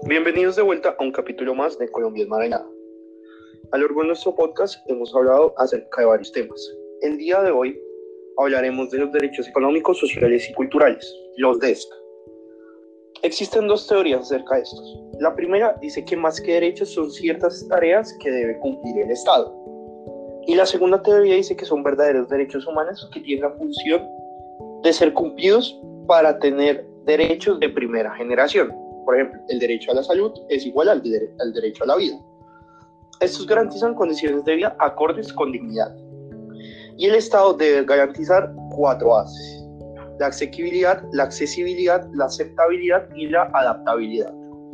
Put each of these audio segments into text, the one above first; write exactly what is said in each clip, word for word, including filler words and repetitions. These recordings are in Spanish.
Bienvenidos de vuelta a un capítulo más de Colombia es Marañada. A lo largo de nuestro podcast hemos hablado acerca de varios temas. El día de hoy hablaremos de los derechos económicos, sociales y culturales, los D E S C. Existen dos teorías acerca de estos. La primera dice que más que derechos son ciertas tareas que debe cumplir el Estado. Y la segunda teoría dice que son verdaderos derechos humanos que tienen la función de ser cumplidos para tener derechos de primera generación. Por ejemplo, el derecho a la salud es igual al, de- al derecho a la vida. Estos garantizan condiciones de vida acordes con dignidad. Y el Estado debe garantizar cuatro bases: la accesibilidad, la accesibilidad, la aceptabilidad y la adaptabilidad.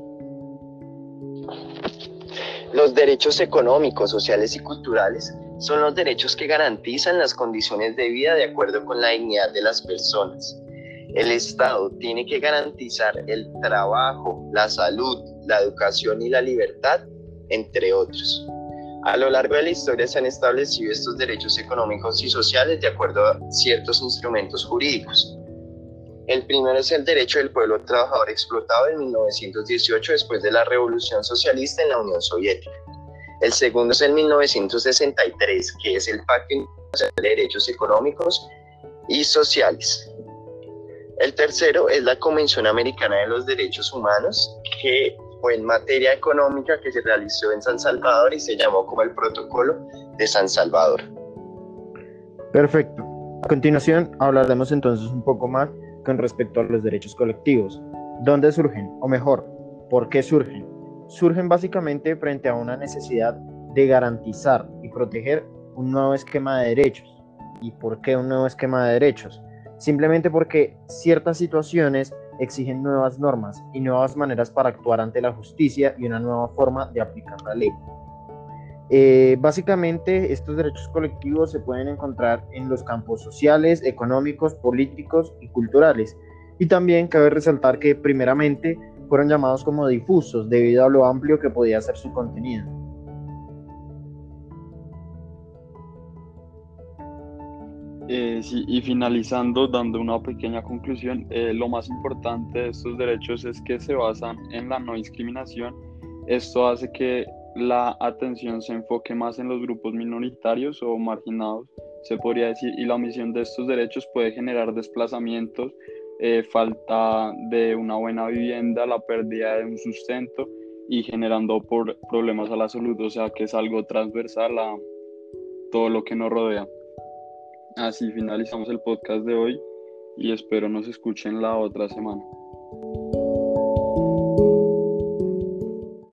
Los derechos económicos, sociales y culturales son los derechos que garantizan las condiciones de vida de acuerdo con la dignidad de las personas. El Estado tiene que garantizar el trabajo, la salud, la educación y la libertad, entre otros. A lo largo de la historia se han establecido estos derechos económicos y sociales de acuerdo a ciertos instrumentos jurídicos. El primero es el derecho del pueblo trabajador explotado en mil novecientos dieciocho, después de la Revolución Socialista en la Unión Soviética. El segundo es el mil novecientos sesenta y tres, que es el Pacto Internacional de Derechos Económicos y Sociales. El tercero es la Convención Americana de los Derechos Humanos, que fue en materia económica, que se realizó en San Salvador y se llamó como el Protocolo de San Salvador. Perfecto. A continuación hablaremos entonces un poco más con respecto a los derechos colectivos. ¿Dónde surgen? O mejor, ¿por qué surgen? Surgen básicamente frente a una necesidad de garantizar y proteger un nuevo esquema de derechos. ¿Y por qué un nuevo esquema de derechos? Simplemente porque ciertas situaciones exigen nuevas normas y nuevas maneras para actuar ante la justicia y una nueva forma de aplicar la ley. Eh, básicamente, estos derechos colectivos se pueden encontrar en los campos sociales, económicos, políticos y culturales. Y también cabe resaltar que, primeramente, fueron llamados como difusos debido a lo amplio que podía ser su contenido. Eh, sí, y finalizando, dando una pequeña conclusión, eh, lo más importante de estos derechos es que se basan en la no discriminación. Esto hace que la atención se enfoque más en los grupos minoritarios o marginados, se podría decir, y la omisión de estos derechos puede generar desplazamientos, eh, falta de una buena vivienda, la pérdida de un sustento y generando por problemas a la salud, o sea que es algo transversal a todo lo que nos rodea. Así finalizamos el podcast de hoy y espero nos escuchen la otra semana.